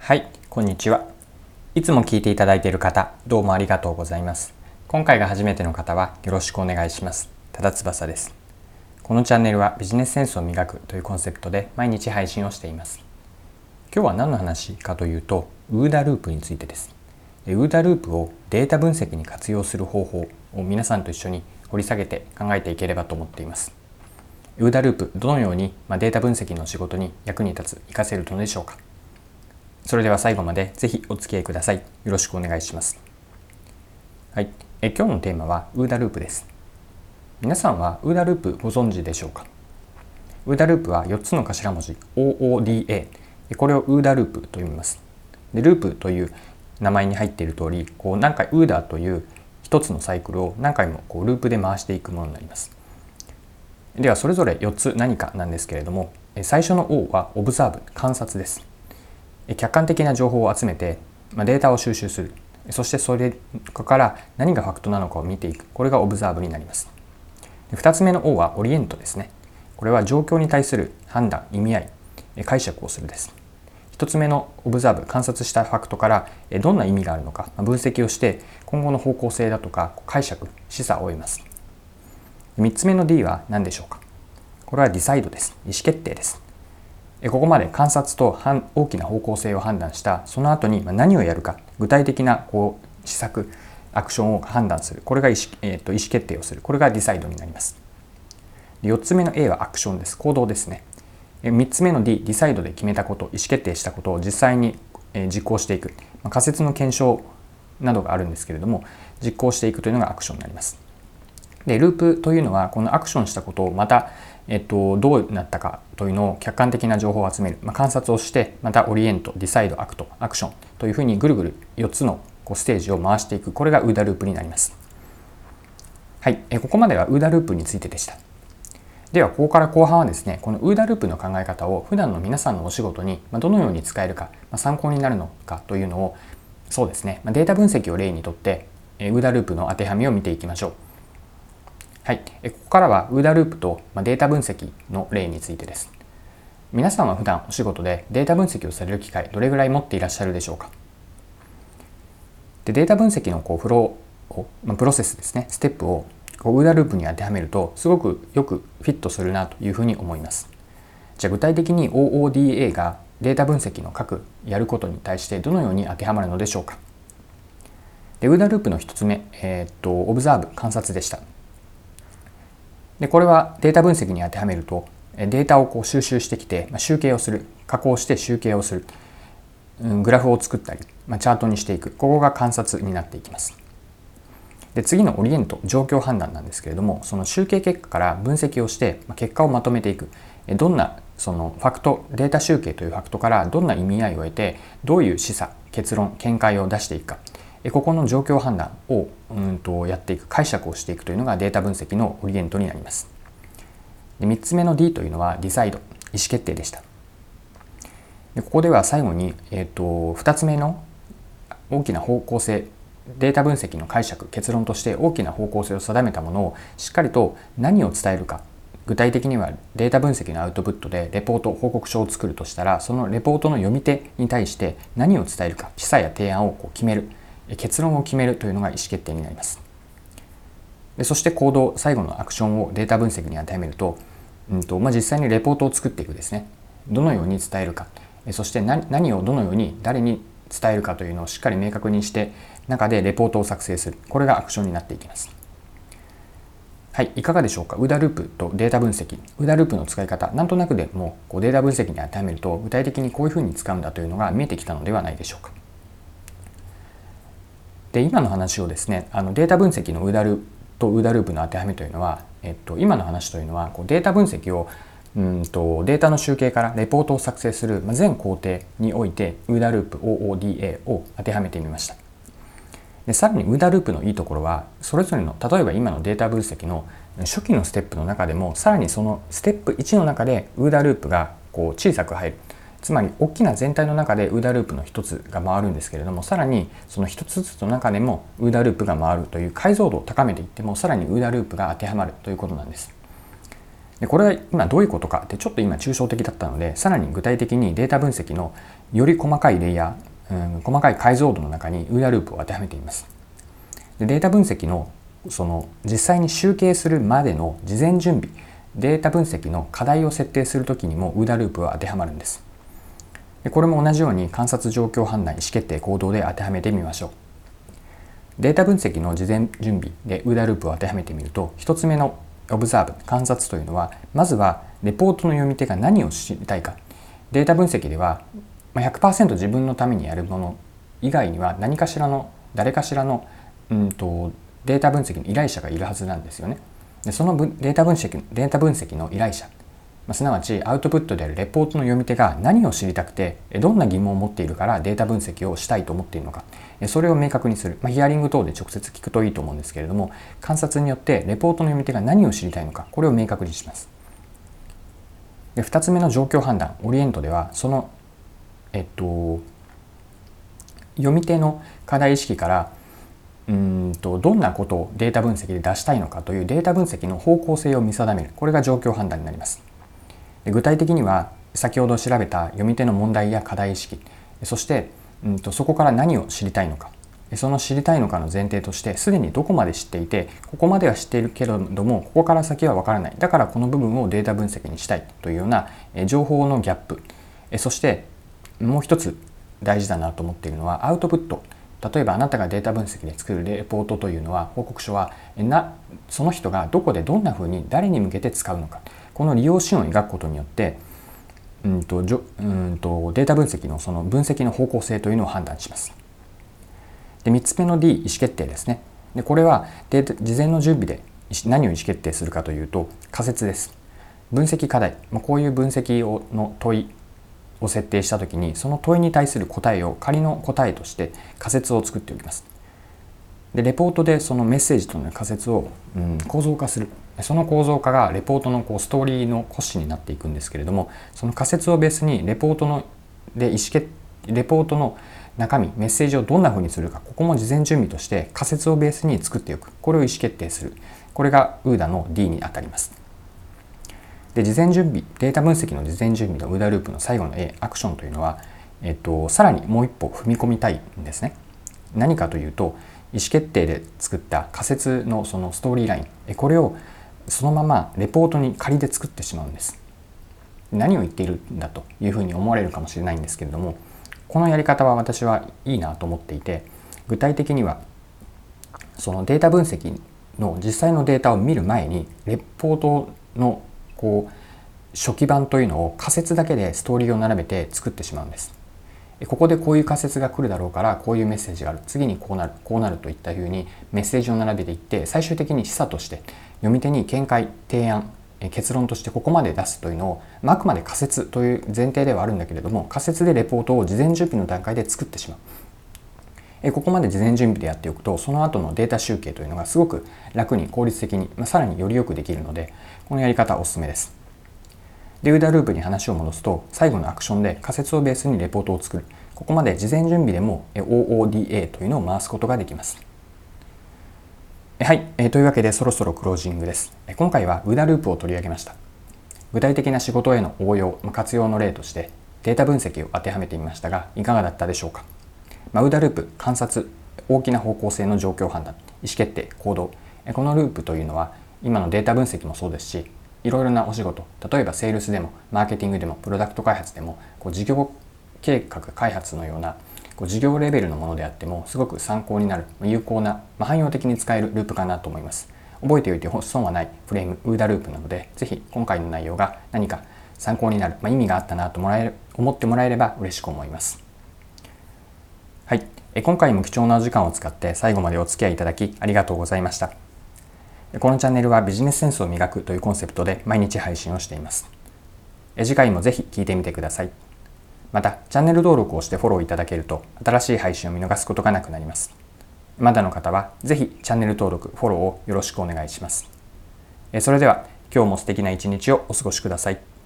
はい、こんにちは。いつも聞いていただいている方、どうもありがとうございます。今回が初めての方はよろしくお願いします。多田翼です。このチャンネルはビジネスセンスを磨くというコンセプトで毎日配信をしています。今日は何の話かというと、ウーダループについてです。ウーダループをデータ分析に活用する方法を皆さんと一緒に掘り下げて考えていければと思っています。ウーダループ、どのようにデータ分析の仕事に役に立つ、活かせるのでしょうか。それでは最後までぜひお付き合いください。よろしくお願いします。はい、今日のテーマはウーダループです。皆さんはウーダループご存知でしょうか。ウーダループは4つの頭文字 OODA、これをウーダループと読みます。で、ループという名前に入っている通り、何回ウーダという一つのサイクルを何回もループで回していくものになります。ではそれぞれ4つ何かなんですけれども、最初の O はオブザーブ、観察です。客観的な情報を集めてデータを収集する。そしてそれから何がファクトなのかを見ていく。これがオブザーブになります。2つ目の O はオリエントですね。これは状況に対する判断、意味合い、解釈をするです。1つ目のオブザーブ、観察したファクトからどんな意味があるのか分析をして今後の方向性だとか解釈、示唆を得ます。3つ目の D は何でしょうか。これはディサイドです。意思決定です。ここまで観察と大きな方向性を判断したその後に何をやるか、具体的な施策、アクションを判断する。これが意思決定をする。これがディサイドになります。4つ目の A はアクションです。行動ですね。3つ目の D、ディサイドで決めたこと、意思決定したことを実際に実行していく。仮説の検証などがあるんですけれども、実行していくというのがアクションになります。で、ループというのはこのアクションしたことをまたどうなったかというのを客観的な情報を集める、観察をしてまたオリエント、ディサイド、アクト、アクションというふうにぐるぐる4つのステージを回していく。これがウーダループになります。はい、ここまではウーダループについてでした。ではここから後半はですね、このウーダループの考え方を普段の皆さんのお仕事にどのように使えるか、参考になるのかというのを、そうですね、データ分析を例にとってウーダループの当てはめを見ていきましょう。はい、ここからはウーダループとデータ分析の例についてです。皆さんは普段お仕事でデータ分析をされる機会、どれぐらい持っていらっしゃるでしょうか。で、データ分析のフローを、プロセスですね、ステップをウーダループに当てはめるとすごくよくフィットするなというふうに思います。じゃあ具体的に OODA がデータ分析の各やることに対してどのように当てはまるのでしょうか。で、ウーダループの1つ目、オブザーブ、観察でした。で、これはデータ分析に当てはめるとデータを収集してきて集計をする、加工して集計をする、グラフを作ったりチャートにしていく。ここが観察になっていきます。で、次のオリエント、状況判断なんですけれども、その集計結果から分析をして結果をまとめていく。どんなそのファクト、データ集計というファクトからどんな意味合いを得てどういう示唆、結論、見解を出していくか、ここの状況判断をやっていく、解釈をしていくというのがデータ分析のオリエントになります。で、3つ目の D というのはディサイド、意思決定でした。で、ここでは最後に、2つ目の大きな方向性、データ分析の解釈、結論として大きな方向性を定めたものをしっかりと何を伝えるか、具体的にはデータ分析のアウトプットでレポート、報告書を作るとしたら、そのレポートの読み手に対して何を伝えるか、示唆や提案を決める、結論を決めるというのが意思決定になります。で、そして行動、最後のアクションをデータ分析に当てはめると、実際にレポートを作っていくですね。どのように伝えるか、そして何をどのように誰に伝えるかというのをしっかり明確にして中でレポートを作成する。これがアクションになっていきます。はい、いかがでしょうか。ウーダループとデータ分析、ウーダループの使い方、なんとなくでもデータ分析に当てはめると具体的にこういうふうに使うんだというのが見えてきたのではないでしょうか。で、今の話をですね、データ分析のウーダルとウーダループの当てはめというのは、今の話というのはデータ分析をデータの集計からレポートを作成する全工程においてウーダループ OODA を当てはめてみました。で、さらにウーダループのいいところは、それぞれの例えば今のデータ分析の初期のステップの中でもさらにそのステップ1の中でウーダループが小さく入る。つまり大きな全体の中でウーダループの一つが回るんですけれども、さらにその一つずつの中でもウーダループが回るという解像度を高めていってもさらにウーダループが当てはまるということなんです。 でこれは今どういうことかってちょっと今抽象的だったので、さらに具体的にデータ分析のより細かいレイヤー、細かい解像度の中に OODA ループを当てはめています。でデータ分析のその実際に集計するまでの事前準備、データ分析の課題を設定するときにも OODA ループは当てはまるんです。でこれも同じように観察、状況判断、意思決定、行動で当てはめてみましょう。データ分析の事前準備で OODA ループを当てはめてみると、1つ目のオブザーブ、観察というのは、まずはレポートの読み手が何を知りたいか。データ分析では 100% 自分のためにやるもの以外には何かしらの誰かしらのデータ分析の依頼者がいるはずなんですよね。でそのデータ分析の依頼者、すなわちアウトプットであるレポートの読み手が何を知りたくて、どんな疑問を持っているからデータ分析をしたいと思っているのか、それを明確にする、ヒアリング等で直接聞くといいと思うんですけれども、観察によってレポートの読み手が何を知りたいのか、これを明確にします。で2つ目の状況判断、オリエントではその、読み手の課題意識からどんなことをデータ分析で出したいのかというデータ分析の方向性を見定める、これが状況判断になります。で具体的には先ほど調べた読み手の問題や課題意識、そしてそこから何を知りたいのか、その知りたいのかの前提としてすでにどこまで知っていて、ここまでは知っているけれどもここから先は分からない、だからこの部分をデータ分析にしたいというような情報のギャップ、そしてもう一つ大事だなと思っているのはアウトプット。例えばあなたがデータ分析で作るレポートというのは、報告書はその人がどこでどんなふうに誰に向けて使うのか、この利用シーンを描くことによってデータ分析のその分析の方向性というのを判断します。で3つ目の D、 意思決定ですね。でこれは事前の準備で何を意思決定するかというと、仮説です。分析課題、こういう分析の問いを設定したときに、その問いに対する答えを仮の答えとして仮説を作っておきます。でレポートでそのメッセージとの仮説を構造化する。その構造化がレポートのストーリーの骨子になっていくんですけれども、その仮説をベースにレポートの中身、メッセージをどんなふうにするか、ここも事前準備として仮説をベースに作っておく、これを意思決定する、これが OODA の D にあたります。で事前準備、データ分析の事前準備の OODA ループの最後の A、アクションというのは、さらにもう一歩踏み込みたいんですね。何かというと、意思決定で作った仮説のそのストーリーライン、これをそのままレポートに仮で作ってしまうんです。何を言っているんだというふうに思われるかもしれないんですけれども、このやり方は私はいいなと思っていて、具体的にはそのデータ分析の実際のデータを見る前にレポートの初期版というのを仮説だけでストーリーを並べて作ってしまうんです。ここでこういう仮説が来るだろうからこういうメッセージがある、次にこうなるといったふうにメッセージを並べていって、最終的に示唆として読み手に見解、提案、結論としてここまで出すというのを、あくまで仮説という前提ではあるんだけれども、仮説でレポートを事前準備の段階で作ってしまう。ここまで事前準備でやっておくと、その後のデータ集計というのがすごく楽に効率的に、さらによりよくできるので、このやり方はおすすめです。で、OODAループに話を戻すと、最後のアクションで仮説をベースにレポートを作る。ここまで事前準備でも OODA というのを回すことができます。はい、というわけでそろそろクロージングです。今回は OODAループを取り上げました。具体的な仕事への応用、活用の例としてデータ分析を当てはめてみましたが、いかがだったでしょうか。OODAループ、観察、大きな方向性の状況判断、意思決定、行動、このループというのは今のデータ分析もそうですし、いろいろなお仕事、例えばセールスでもマーケティングでもプロダクト開発でも、事業計画開発のような事業レベルのものであってもすごく参考になる、有効な、汎用的に使えるループかなと思います。覚えておいて損はないフレーム OODA ループなので、ぜひ今回の内容が何か参考になる、意味があったなと思ってもらえれば嬉しく思います。はい、今回も貴重なお時間を使って最後までお付き合いいただきありがとうございました。このチャンネルはビジネスセンスを磨くというコンセプトで毎日配信をしています。次回もぜひ聞いてみてください。また、チャンネル登録をしてフォローいただけると新しい配信を見逃すことがなくなります。まだの方はぜひチャンネル登録、フォローをよろしくお願いします。それでは今日も素敵な一日をお過ごしください。